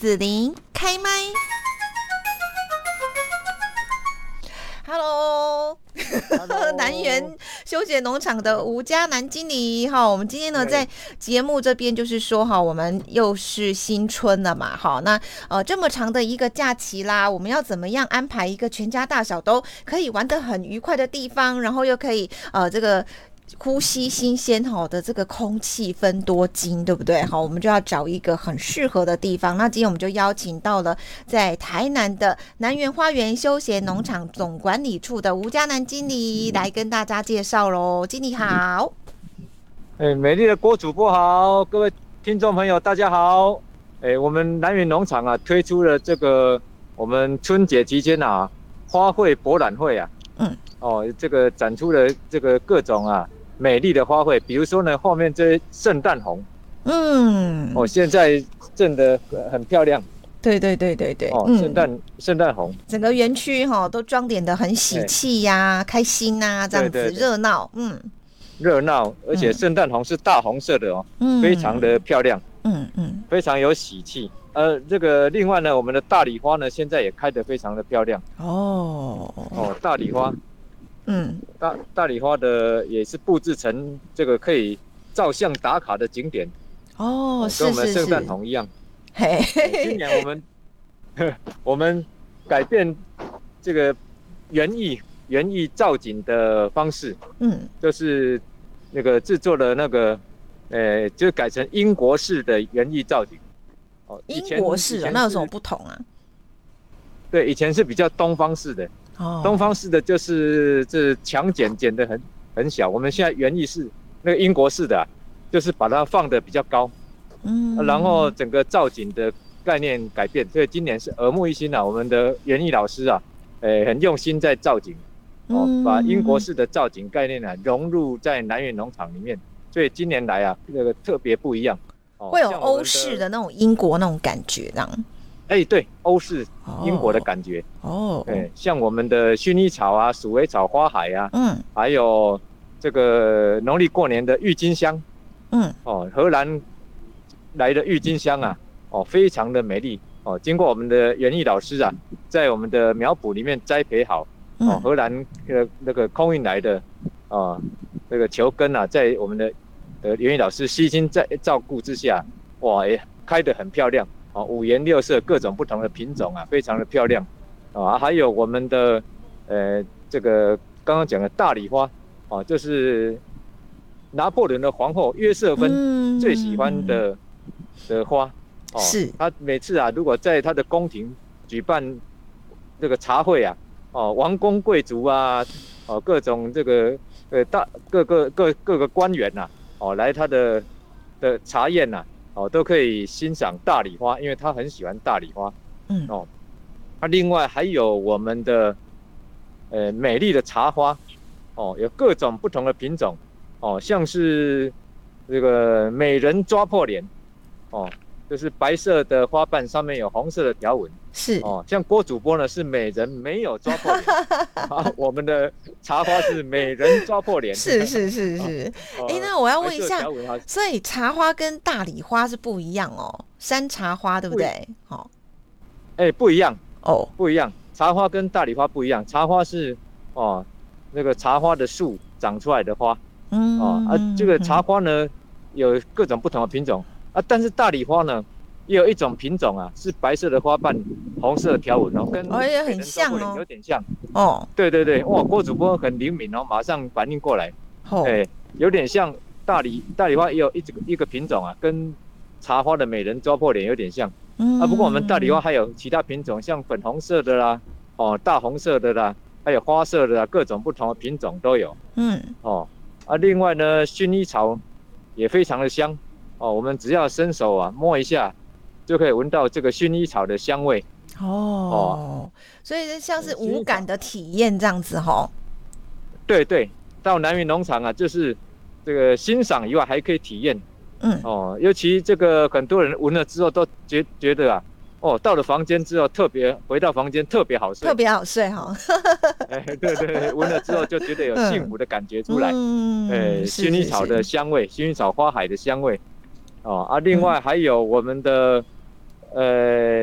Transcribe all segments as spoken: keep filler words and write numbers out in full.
子琳开麦。Hello， 南园休闲农场的吴嘉南经理哈，我们今天呢在节目这边就是说哈，我们又是新春了嘛，哈，那呃这么长的一个假期啦，我们要怎么样安排一个全家大小都可以玩得很愉快的地方，然后又可以呃这个。呼吸新鲜好的这个空气分多金，对不对？好，我们就要找一个很适合的地方。那今天我们就邀请到了在台南的南园花园休闲农场总管理处的吴嘉南经理来跟大家介绍喽。经理好。 哎，美丽的郭主播好，各位听众朋友大家好。哎，我们南园农场啊推出了这个我们春节期间啊花卉博览会啊，嗯，哦，这个展出了这个各种啊。美丽的花卉，比如说呢，后面这圣诞红，嗯，哦，现在正的很漂亮， 对对对对对， 哦，圣诞圣诞红， 整个园区哈、哦、都装点得很喜气呀、啊，开心呐、啊，这样子热闹，嗯， 热闹，而且圣诞红是大红色的哦，嗯，非常的漂亮，嗯嗯，非常有喜气。呃，这个另外呢，我们的大礼花呢，现在也开得非常的漂亮，哦哦，大礼花。嗯，大大礼花的也是布置成这个可以照相打卡的景点哦，跟我们圣诞红一样。嘿，今年我们我们改变这个园艺园艺造景的方式，嗯，就是那个制作了那个，呃，就改成英国式的园艺造景。 哦，英国式啊，那有什么不同啊？ 对，以前是比较东方式的。东方式的就是这墙剪剪得很很小，我们现在园艺式那个英国式的、啊，就是把它放得比较高，嗯，然后整个造景的概念改变，所以今年是耳目一新啊，我们的园艺老师啊，呃，很用心在造景，哦，把英国式的造景概念啊融入在南园农场里面，所以今年来啊，这个特别不一样， 哦、会有欧式的那种英国那种感觉，这样。 哎、欸，对，欧式英国的感觉哦，对，像我们的薰衣草啊、鼠尾草、花海啊，嗯，还有这个农历过年的郁金香，嗯，哦，荷兰来的郁金香啊，哦，非常的美丽哦，经过我们的园艺老师啊，在我们的苗圃里面栽培好，哦，荷兰呃那个空运来的啊、哦，这个球根啊，在我们的呃园艺老师悉心在照顾之下，哇，也开得很漂亮。哦，五颜六色，各种不同的品种啊，非常的漂亮啊！还有我们的呃，这个刚刚讲的大礼花啊，就是拿破仑的皇后约瑟芬最喜欢的、嗯、的花哦。是，他每次啊，如果在他的宫廷举办这个茶会啊，哦，王公贵族啊，哦，各种这个呃大各个各各个官员呐、啊，哦，来他的的茶宴呐、啊。哦，都可以欣赏大礼花，因为他很喜欢大礼花。嗯，哦，那、啊、另外还有我们的呃美丽的茶花，哦，有各种不同的品种，哦，像是这个美人抓破莲，哦，就是白色的花瓣上面有红色的条纹。是哦，像郭主播呢是美人没有抓破脸，啊，我们的茶花是美人抓破脸。 是是是是，哎、哦欸，那我要问一下，所以茶花跟大礼花是不一样哦，山茶花对不对？好， 哎、欸，不一样哦，不一样，茶花跟大礼花不一样，茶花是哦那个茶花的树长出来的花，嗯哦啊，这个茶花呢有各种不同的品种啊，但是大礼花呢。也有一种品种啊，是白色的花瓣，红色的条纹哦，跟哦也很像哦， 有点像哦。对对对，哇，郭主播很灵敏哦，马上反应过来。哦，哎，有点像大礼大礼花也有一个一个品种啊，跟茶花的美人抓破脸有点像。嗯啊，不过我们大礼花还有其他品种，像粉红色的啦，哦，大红色的啦，还有花色的啦，各种不同的品种都有。嗯，哦，啊，另外呢，薰衣草也非常的香哦，我们只要伸手啊摸一下。就可以闻到这个薰衣草的香味哦, 哦，所以像是无感的体验这样子哈、哦。 对对，到南园农场啊，就是这个欣赏以外还可以体验。嗯哦，尤其这个很多人闻了之后都觉觉得啊，哦，到了房间之后特别回到房间特别好睡， 特别好睡哈、 哦。哎，对对，闻了之后就觉得有幸福的感觉出来。嗯，哎，薰衣草的香味，薰衣草花海的香味。哦啊，另外还有我们的。呃，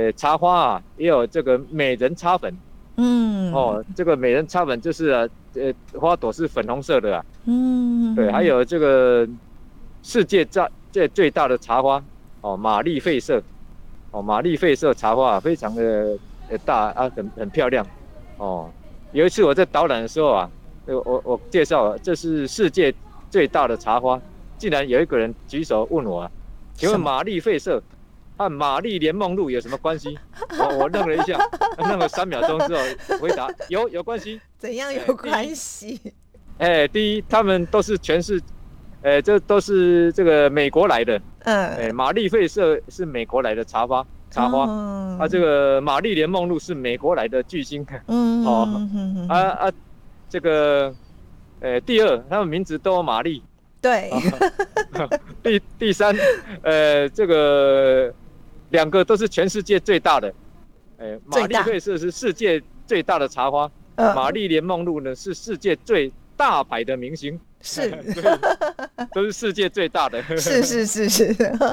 呃茶花啊，也有这个美人茶粉。嗯，哦，这个美人茶粉就是啊，呃，花朵是粉红色的啊。嗯，对，还有这个世界最最最大的茶花哦，玛丽费舍。哦，玛丽费舍茶花、啊、非常的大啊，很很漂亮。哦，有一次我在导览的时候啊，我我介绍这是世界最大的茶花，竟然有一个人举手问我、啊，请问玛丽费舍和玛丽莲梦露有什么关系？我我愣了一下，愣了三秒钟之后回答有有关系。 怎样有关系？ 哎、欸，第一，他们都是全是，哎、欸，这都是这个美国来的。嗯，哎、欸，玛丽费舍是美国来的茶花茶花，嗯、啊，这个玛丽莲梦露是美国来的巨星。嗯，哦，嗯、啊啊，这个，呃、欸，第二，他们名字都有玛丽。 对。 啊、第第三，呃，这个。两个都是全世界最大的，哎，玛丽费舍是世界最大的茶花，玛丽莲梦露呢是世界最大牌的明星， 是， 都是世界最大的， 是是是是，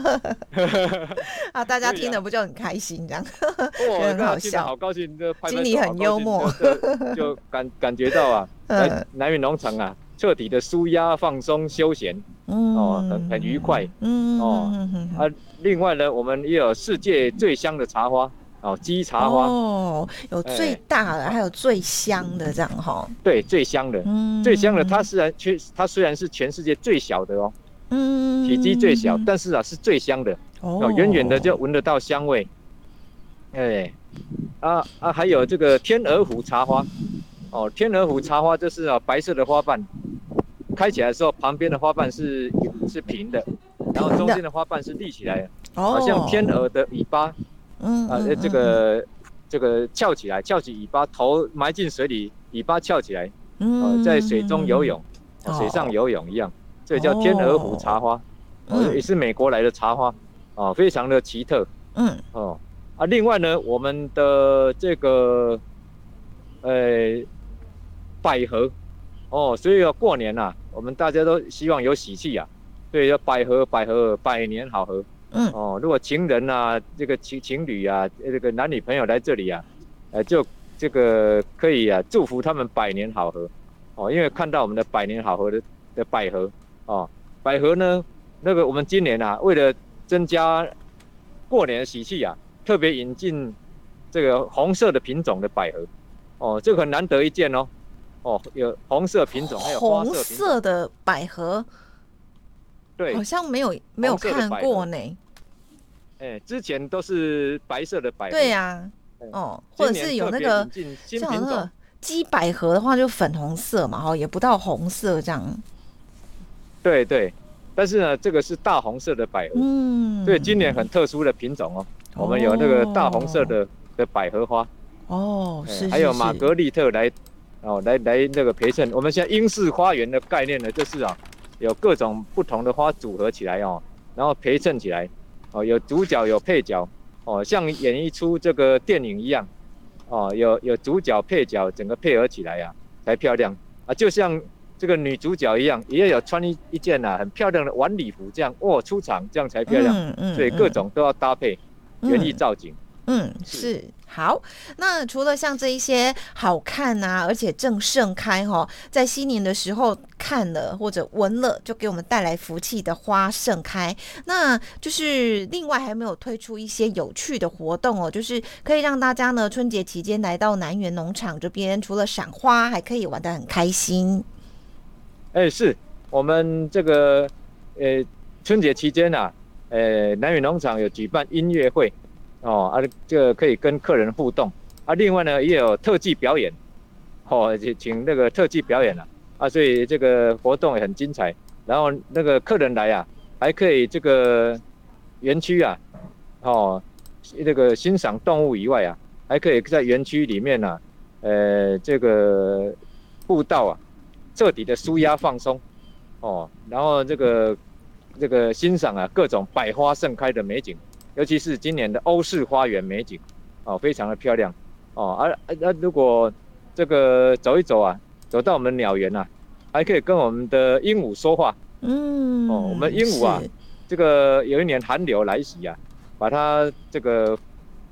啊，大家听了不就很开心这样， 哇，很好笑，好高兴， 经理很幽默， 就感感觉到啊，来南园农场啊，彻底的舒压、放松、休闲，哦，很很愉快，嗯，哦，啊。另外呢，我们也有世界最香的茶花哦，鸡茶花哦，有最大的，欸、还有最香的这样哈、哦。 对，最香的，嗯，最香的，它虽然全，它虽然是全世界最小的哦，嗯，体积最小，但是啊是最香的哦，远远的就闻得到香味。哎、欸，啊啊，还有这个天鹅湖茶花哦，天鹅湖茶花就是啊白色的花瓣，开起来的时候旁边的花瓣是是平的。然后中间的花瓣是立起来的，好像天鹅的尾巴，嗯啊，这个这个翘起来，翘起尾巴，头埋进水里，尾巴翘起来，嗯，在水中游泳，水上游泳一样，这叫天鹅湖茶花，哦，也是美国来的茶花，哦，非常的奇特，嗯，哦，啊，另外呢，我们的这个，呃，百合，哦，所以要过年啊，我们大家都希望有喜气啊。对，要百合，百合，百年好合。嗯，哦，如果情人啊，这个情情侣啊，这个男女朋友来这里啊，呃，就这个可以啊，祝福他们百年好合。哦，因为看到我们的百年好合的的百合，哦，百合呢，那个我们今年啊，为了增加过年的喜气啊，特别引进这个红色的品种的百合。哦，这个很难得一见哦。哦，有红色品种，还有花色品种。 红色的百合。 对， 好像没有没有看过呢。 哎、欸，之前都是白色的百合。 对呀、啊，哦，或者是有那个像那个鸡百合的话，就粉红色嘛，哈，也不到红色这样。 对对，但是呢，这个是大红色的百合，嗯，所以今年很特殊的品种哦。哦我们有那个大红色的的百合花。哦，是, 是, 是。还有玛格丽特来，哦，来来那个陪衬。我们现在英式花园的概念呢，就是啊。有各种不同的花组合起来哦，然后陪衬起来，哦，有主角有配角，哦，像演一出这个电影一样，哦，有有主角配角整个配合起来呀、啊，才漂亮啊，就像这个女主角一样，也要有穿一一件啊很漂亮的晚礼服，这样哦出场这样才漂亮，嗯嗯、所以各种都要搭配，园艺造景。 嗯，是好。那除了像这一些好看啊，而且正盛开哈、哦，在新年的时候看了或者闻了，就给我们带来福气的花盛开。那就是另外还没有推出一些有趣的活动哦，就是可以让大家呢春节期间来到南园农场这边，除了赏花，还可以玩得很开心。 哎、欸，是我们这个呃春节期间啊，呃南园农场有举办音乐会。哦啊，这个可以跟客人互动啊。另外呢，也有特技表演，哦，请那个特技表演了 啊, 啊，所以这个活动也很精彩。然后那个客人来啊，还可以这个园区啊，哦，这个欣赏动物以外啊，还可以在园区里面啊，呃，这个步道啊，彻底的舒压放松，哦，然后这个这个欣赏啊各种百花盛开的美景。尤其是今年的欧式花园美景，哦，非常的漂亮，哦，啊啊，如果这个走一走啊，走到我们的鸟园啊，还可以跟我们的鹦鹉说话，嗯，哦，我们鹦鹉啊，这个有一年寒流来袭啊，把它这个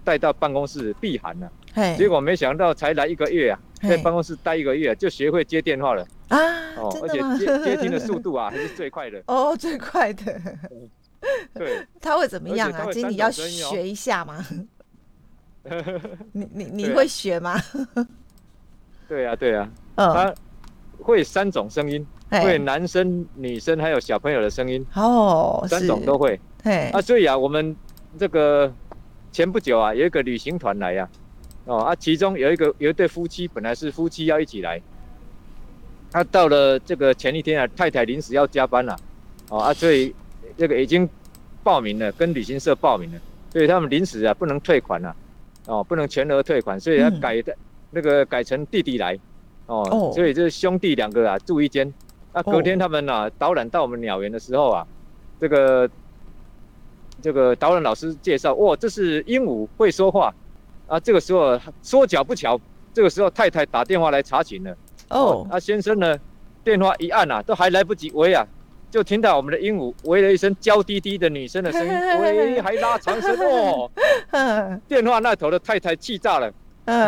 带到办公室避寒了、啊。结果没想到才来一个月啊，在办公室待一个月、啊、就学会接电话了啊！哦， 而且接接听的速度啊还是最快的。 哦，最快的。 对。 他会怎么样啊？经理要学一下吗？你你你会学吗？ 对啊对啊，他会三种声音，会男生、女生还有小朋友的声音哦， 三种都会。啊，所以啊，我们这个前不久啊，有一个旅行团来呀、啊，哦啊，其中有一个有一对夫妻，本来是夫妻要一起来，他、啊、到了这个前一天啊，太太临时要加班了、啊，哦啊，所以这个已经报名了，跟旅行社报名了，所以他们临时啊不能退款了、啊。哦，不能全额退款，所以要改的、嗯、那个改成弟弟来，哦，哦所以就是兄弟两个啊住一间。啊，隔天他们啊、哦、导览到我们鸟园的时候啊，这个这个导览老师介绍，哇，这是鹦鹉会说话啊。这个时候说巧不巧，这个时候太太打电话来查寝了。哦，啊先生呢，电话一按啊，都还来不及喂啊。就听到我们的鹦鹉喂了一声娇滴滴的女生的声音，喂，还拉长声哦。电话那头的太太气炸了，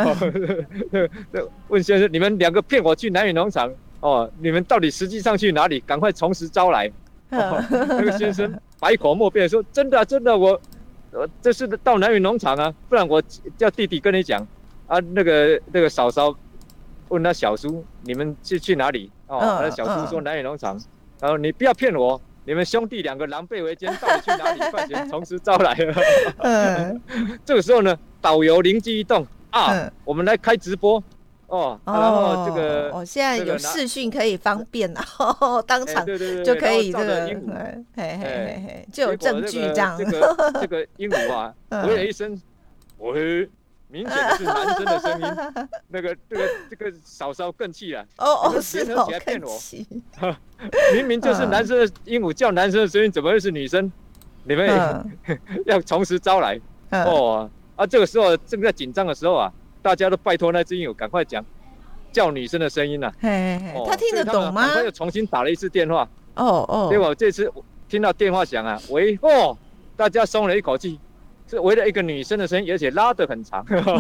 问先生：“你们两个骗我去南园农场哦，你们到底实际上去哪里？赶快从实招来。哦”那个先生百口莫辩说：“真的、啊，真的，我，我这是到南园农场啊，不然我叫弟弟跟你讲啊。”那个那个嫂嫂问他小叔：“你们是去哪里？”哦，那小叔说：“南园农场。”然后你不要骗我，你们兄弟两个狼狈为奸，到底去哪里？快点从实招来了。嗯、这个时候呢，导游灵机一动啊、嗯，我们来开直播哦，哦然后这个哦，现在有视讯可以方便啊，哦、当场就可以这个，嘿嘿嘿嘿，就有证据这样。 这个这个鹦鹉啊，喂了一声，喂。明显是男生的声音，那个这个这个嫂嫂更气了。 哦哦，是哦，骗我！明明就是男生的鹦鹉叫男生的声音，怎么会是女生？你们也要从实招来。哦啊，这个时候正在紧张的时候啊，大家都拜托那只鹦鹉赶快讲叫女生的声音了。 哦，他听得懂吗？ 他又重新打了一次电话。 哦哦， 结果这次听到电话响啊，喂哦，大家松了一口气。是为了一个女生的声音，而且拉得很长。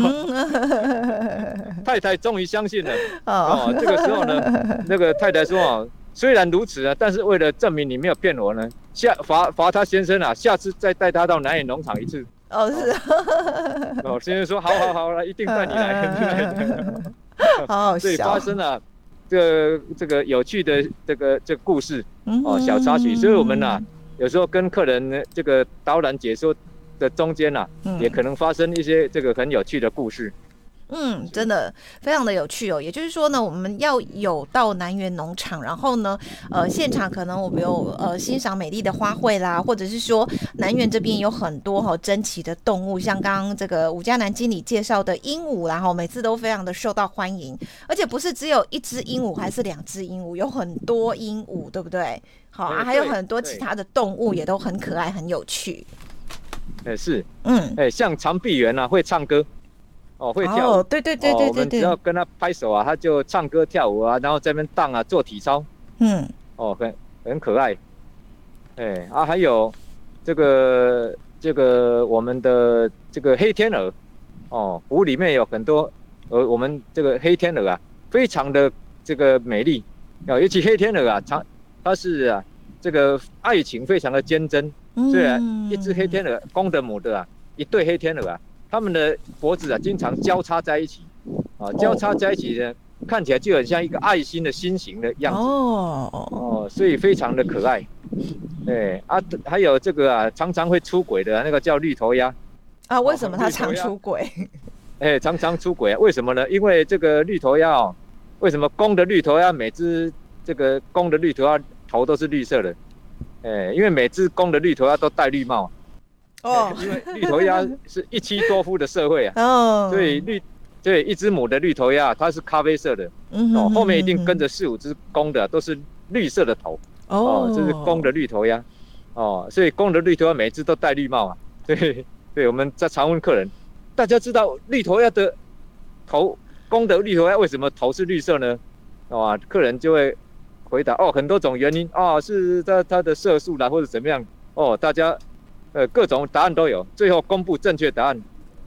太太终于相信了。哦，这个时候呢，那个太太说哦，虽然如此啊，但是为了证明你没有骗我呢，下罚罚他先生啊，下次再带他到南园农场一次。 哦，是。 哦，先生说好好好了，一定带你来。 好好笑。 所以发生了这个这个有趣的这个这个故事哦，小插曲。所以我们呐、啊，有时候跟客人这个导览解说的中间啊、嗯，也可能发生一些这个很有趣的故事。 嗯，真的非常的有趣哦。也就是说呢，我们要有到南园农场，然后呢，呃，现场可能我们有呃欣赏美丽的花卉啦，或者是说南园这边有很多哈、哦、珍奇的动物，像刚刚这个吴嘉南经理介绍的鹦鹉，然后每次都非常的受到欢迎，而且不是只有一只鹦鹉，还是两只鹦鹉，有很多鹦鹉，对不对？好啊，还有很多其他的动物也都很可爱，很有趣。 哎、欸、是，嗯，哎、欸，像长臂猿啊，会唱歌，哦，会跳舞， 哦，对对对对对对，哦、 我们只要跟他拍手啊，他就唱歌跳舞啊，然后在那边荡啊，做体操， 嗯， 哦，很很可爱，哎、欸、啊，还有这个这个我们的这个黑天鹅，哦，湖里面有很多，呃，我们这个黑天鹅啊，非常的这个美丽，哦，尤其黑天鹅啊，常它是啊，这个爱情非常的坚贞。虽然一只黑天鹅，公的母的啊，一对黑天鹅啊，它们的脖子啊经常交叉在一起，啊，交叉在一起呢，看起来就很像一个爱心的心形的样子。哦哦，所以非常的可爱。对啊，还有这个啊，常常会出轨的、啊、那个叫绿头鸭。 啊，为什么它常出轨？ 哎、欸，常常出轨啊？为什么呢？因为这个绿头鸭哦，为什么公的绿头鸭每只这个公的绿头鸭头都是绿色的？哎，因为每只公的绿头鸭都戴绿帽，哦，因为绿头鸭是一妻多夫的社会啊，哦，所以绿，对，一只母的绿头鸭它是咖啡色的，嗯，哦，后面一定跟着四五只公的，都是绿色的头，哦，这是公的绿头鸭，哦，所以公的绿头鸭每只都戴绿帽啊，对，对，我们在常问客人，大家知道绿头鸭的头，公的绿头鸭为什么头是绿色呢？哦，客人就会回答哦，很多种原因哦，是它它的色素啦，或者怎么样哦，大家呃各种答案都有，最后公布正确答案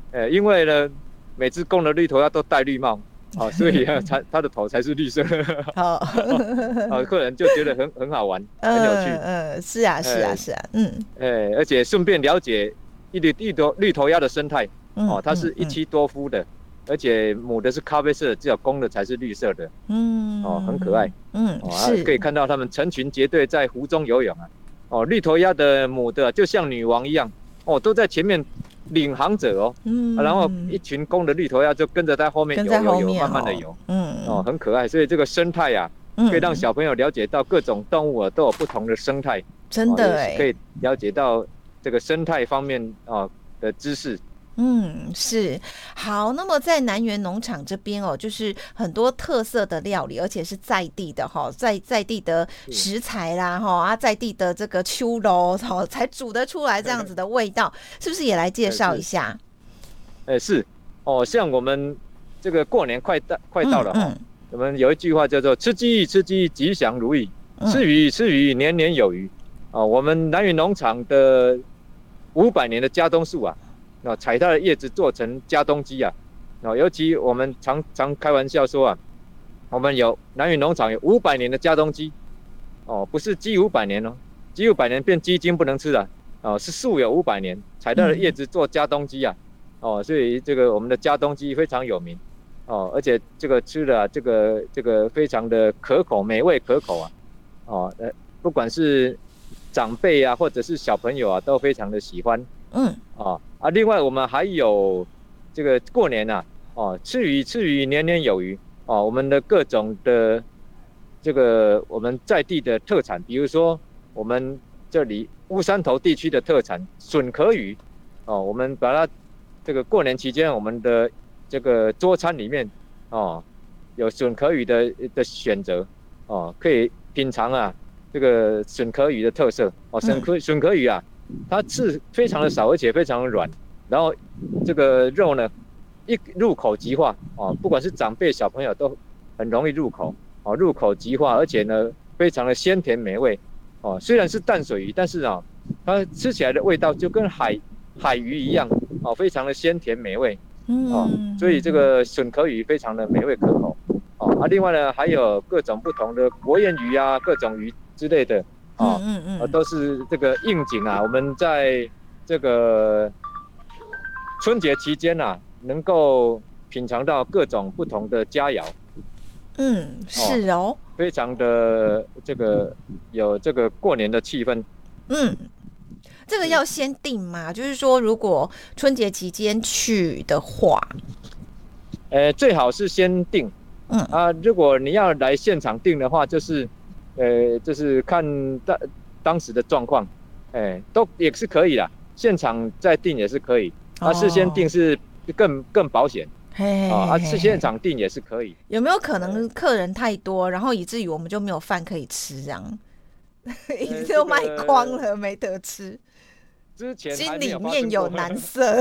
呃，因为呢，每只公的绿头鸭都戴绿帽，哦，所以啊，它它的头才是绿色的。好，哦，客人就觉得很很好玩，很有趣。 嗯嗯，是啊，是啊，是啊，嗯， 呃，而且顺便了解一绿绿头绿头鸭的生态，哦，它是一妻多夫的，而且母的是咖啡色，只有公的才是绿色的。嗯，哦，很可爱。嗯，哦，是可以看到它们成群结队在湖中游泳啊。哦，绿头鸭的母的就像女王一样，哦，都在前面领航者哦，嗯，啊、然后一群公的绿头鸭就跟着在后面游游游，慢慢的游，嗯，哦，很可爱。所以这个生态啊，可以让小朋友了解到各种动物啊都有不同的生态， 真的哎， 可以了解到这个生态方面啊的知识。 嗯，是好。那么在南园农场这边哦，就是很多特色的料理，而且是在地的哈，在在地的食材啦哈啊，在地的这个秋楼哈，才煮得出来这样子的味道，是不是也来介绍一下？ 哎，是哦，像我们这个过年快到快到了哈、嗯嗯，我们有一句话叫做“吃鸡吃鸡吉祥如意，嗯、吃鱼吃鱼年年有余”啊、哦。我们南园农场的五百年的家冬树啊。那采它的叶子做成家冬鸡啊，哦，尤其我们常常开玩笑说啊，我们有南园农场有五百年的家冬鸡，哦，不是鸡五百年哦，鸡五百年变鸡精不能吃了，哦，是树有五百年，采它的叶子做家冬鸡啊，哦，所以这个我们的家冬鸡非常有名，哦，而且这个吃的、啊、这个这个非常的可口，美味可口啊，哦，呃，不管是长辈啊或者是小朋友啊，都非常的喜欢。嗯，啊啊，另外我们还有这个过年啊，哦，吃鱼吃鱼年年有余哦，我们的各种的这个我们在地的特产，比如说我们这里乌山头地区的特产笋壳鱼哦，我们把它这个过年期间我们的这个桌餐里面哦有笋壳鱼的的选择哦，可以品尝啊这个笋壳鱼的特色哦，笋壳笋壳鱼啊。它刺非常的少，而且非常的软，然后这个肉呢，一入口即化哦，不管是长辈小朋友都很容易入口哦，入口即化，而且呢非常的鲜甜美味哦。虽然是淡水鱼，但是啊、哦，它吃起来的味道就跟海海鱼一样哦，非常的鲜甜美味哦。所以这个笋壳鱼非常的美味可口哦。啊，另外呢还有各种不同的国宴鱼啊，各种鱼之类的。哦，嗯嗯嗯，都是这个应景啊。我们在这个春节期间啊，能够品尝到各种不同的佳肴。 嗯，是哦，哦非常的这个有这个过年的气氛。 嗯，这个要先订吗？就是说，如果春节期间去的话， 呃，最好是先订。嗯啊，如果你要来现场订的话，就是。呃，就是看当当时的状况，哎、欸，都也是可以啦。现场再订也是可以，啊，事先订是更更保险。啊，啊，是现场订也是可以。 有没有可能客人太多，然后以至于我们就没有饭可以吃，这样，已经都卖光了，没得吃？ 之前心里面有难色。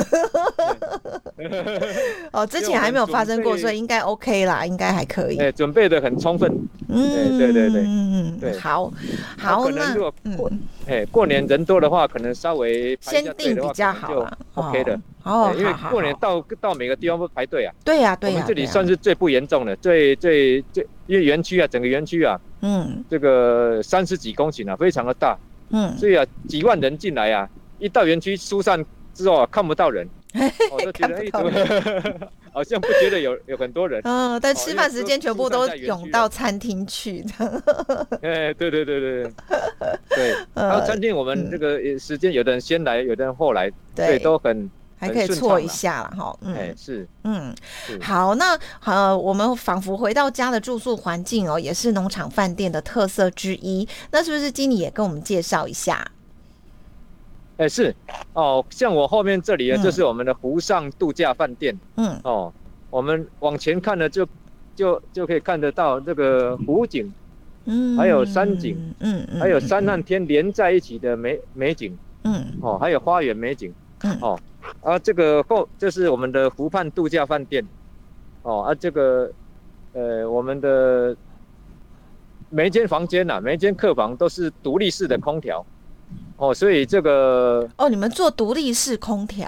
哦，之前还没有发生过，所以应该 OK 啦，应该还可以。 哎、欸，准备的很充分。嗯，对对对， 嗯对，好，好， 可能如果过哎、嗯欸、过年人多的话，可能稍微先订比较好啦 ，OK 的。 哦， 因为过年到到每个地方不排队啊。 对呀对呀， 我们这里算是最不严重的，最最最，因为园区啊，整个园区啊，嗯，这个三十几公顷啊，非常的大，嗯，所以啊，几万人进来啊。一到园区疏散之后啊，看不到人，我就觉得哎，好像不觉得有有很多人。 嗯，但吃饭时间全部都涌到餐厅去。 哎，对对对对对，然后餐厅我们这个时间有的人先来，有的人后来，对，都很还可以错一下啦哈。 嗯，哎是， 嗯，好，那呃，我们仿佛回到家的住宿环境哦，也是农场饭店的特色之一。那是不是经理也跟我们介绍一下？ 哎、欸、是哦，像我后面这里呢，就是我们的湖上度假饭店。嗯，哦，我们往前看呢，就就就可以看得到这个湖景，嗯，还有山景，嗯嗯，还有山和天连在一起的美美景，嗯，哦，还有花园美景，嗯，哦，啊，这个后这是我们的湖畔度假饭店，哦，啊，这个呃，我们的每一间房间呐、啊，每一间客房都是独立式的空调。哦，所以这个哦，你们做独立式空调哦？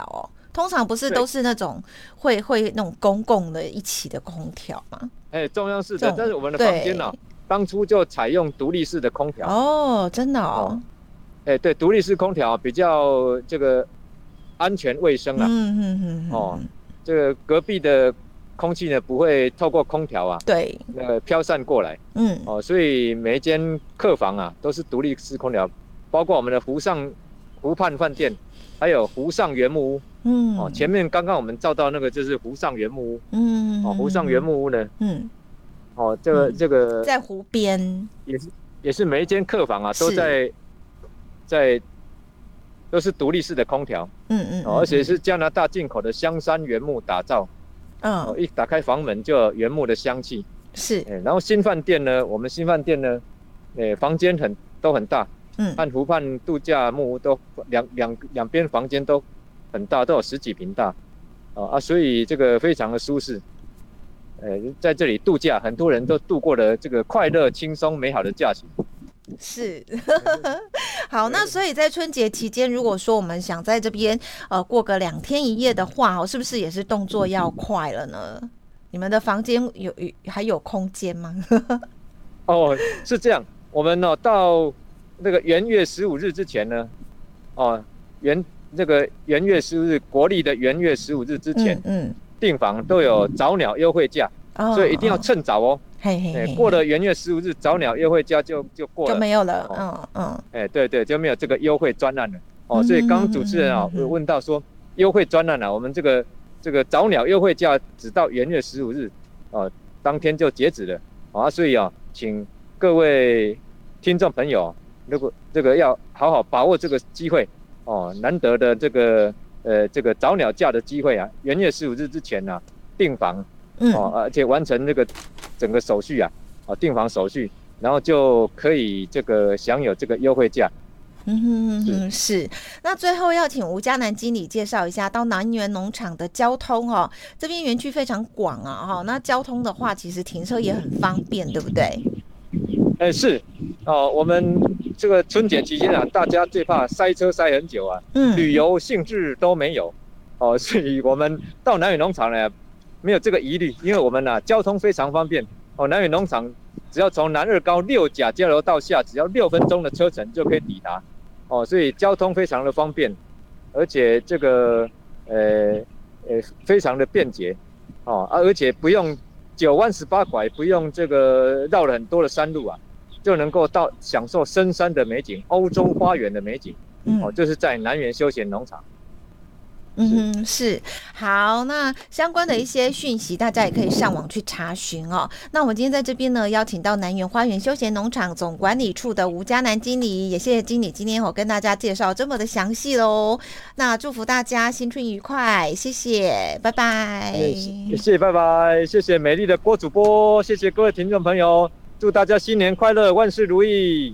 通常不是都是那种会会那种公共的一起的空调吗？ 哎、欸，中央式的，但是我们的房间呢、啊，当初就采用独立式的空调。 哦，真的哦。 哎、欸，对，独立式空调比较这个安全卫生啊。 嗯嗯嗯。 哦，这个隔壁的空气呢不会透过空调啊， 对， 那个飘散过来。嗯。哦，所以每一间客房啊都是独立式空调，包括我们的湖上湖畔饭店，还有湖上原木屋。嗯。哦，前面刚刚我们照到那个就是湖上原木屋。嗯。哦，湖上原木屋呢。嗯。哦，这个、嗯、这个在湖边， 也是也是每一间客房啊都在在都是独立式的空调。嗯 嗯, 嗯、哦，而且是加拿大进口的香山原木打造。嗯。哦，一打开房门就有原木的香气。 是。 欸、然后新饭店呢，我们新饭店呢，欸、房间很都很大。嗯。和湖畔度假木屋都两两两边房间都很大，都有十几坪大。哦、啊，所以这个非常的舒适。呃，在这里度假，很多人都度过了这个快乐、轻松、美好的假期。 是，好，那所以在春节期间，如果说我们想在这边呃过个两天一夜的话，是不是也是动作要快了呢？你们的房间有还有空间吗？ 哦，是这样，我们呢、哦、到那个元月十五日之前呢，哦，元那个元月十五日，国历的元月十五日之前，嗯。嗯订房都有早鸟优惠价，哦、所以一定要趁早哦。嘿嘿嘿嘿过了元月十五日，早鸟优惠价就就过了， 就没有了。嗯嗯。 哎、欸，对对，就没有这个优惠专案了。哦，所以刚刚主持人啊、哦，有问到说优惠专案啊，我们这个这个早鸟优惠价只到元月十五日，哦，当天就截止了。啊，所以啊，请各位听众朋友，如果这个要好好把握这个机会，哦，难得的这个。呃，这个早鸟价的机会啊，元月十五日之前呢、啊，订房，嗯、哦，而且完成这个整个手续啊，哦，订房手续，然后就可以这个享有这个优惠价。 嗯哼哼，是。那最后要请吴嘉南经理介绍一下到南园农场的交通哦，这边园区非常广啊，哈、哦，那交通的话，其实停车也很方便，对不对？ 哎、欸，是，哦，我们。这个春节期间啊，大家最怕塞车塞很久啊，嗯，旅游兴致都没有，哦，所以我们到南园农场呢，没有这个疑虑，因为我们啊交通非常方便，哦，南园农场只要从南二高六甲交流道下，只要六分钟的车程就可以抵达，哦，所以交通非常的方便，而且这个呃呃非常的便捷，哦，啊，而且不用九弯十八拐，不用这个绕了很多的山路啊。就能够到享受深山的美景，欧洲花园的美景，嗯、哦，就是在南园休闲农场。 嗯，是。好，那相关的一些讯息，大家也可以上网去查询哦。那我们今天在这边呢，邀请到南园花园休闲农场总管理处的吴嘉南经理，也谢谢经理今天我跟大家介绍这么的详细喽。那祝福大家新春愉快，谢谢，拜拜。 谢谢，拜拜，谢谢美丽的郭主播，谢谢各位听众朋友。祝大家新年快乐，万事如意！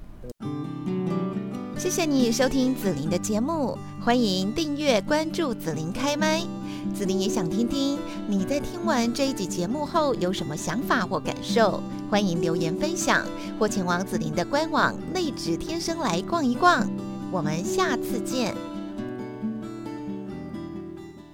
谢谢你收听子琳的节目，欢迎订阅关注子琳开麦。子琳也想听听你在听完这一集节目后有什么想法或感受，欢迎留言分享，或前往子琳的官网内指天生来逛一逛。我们下次见。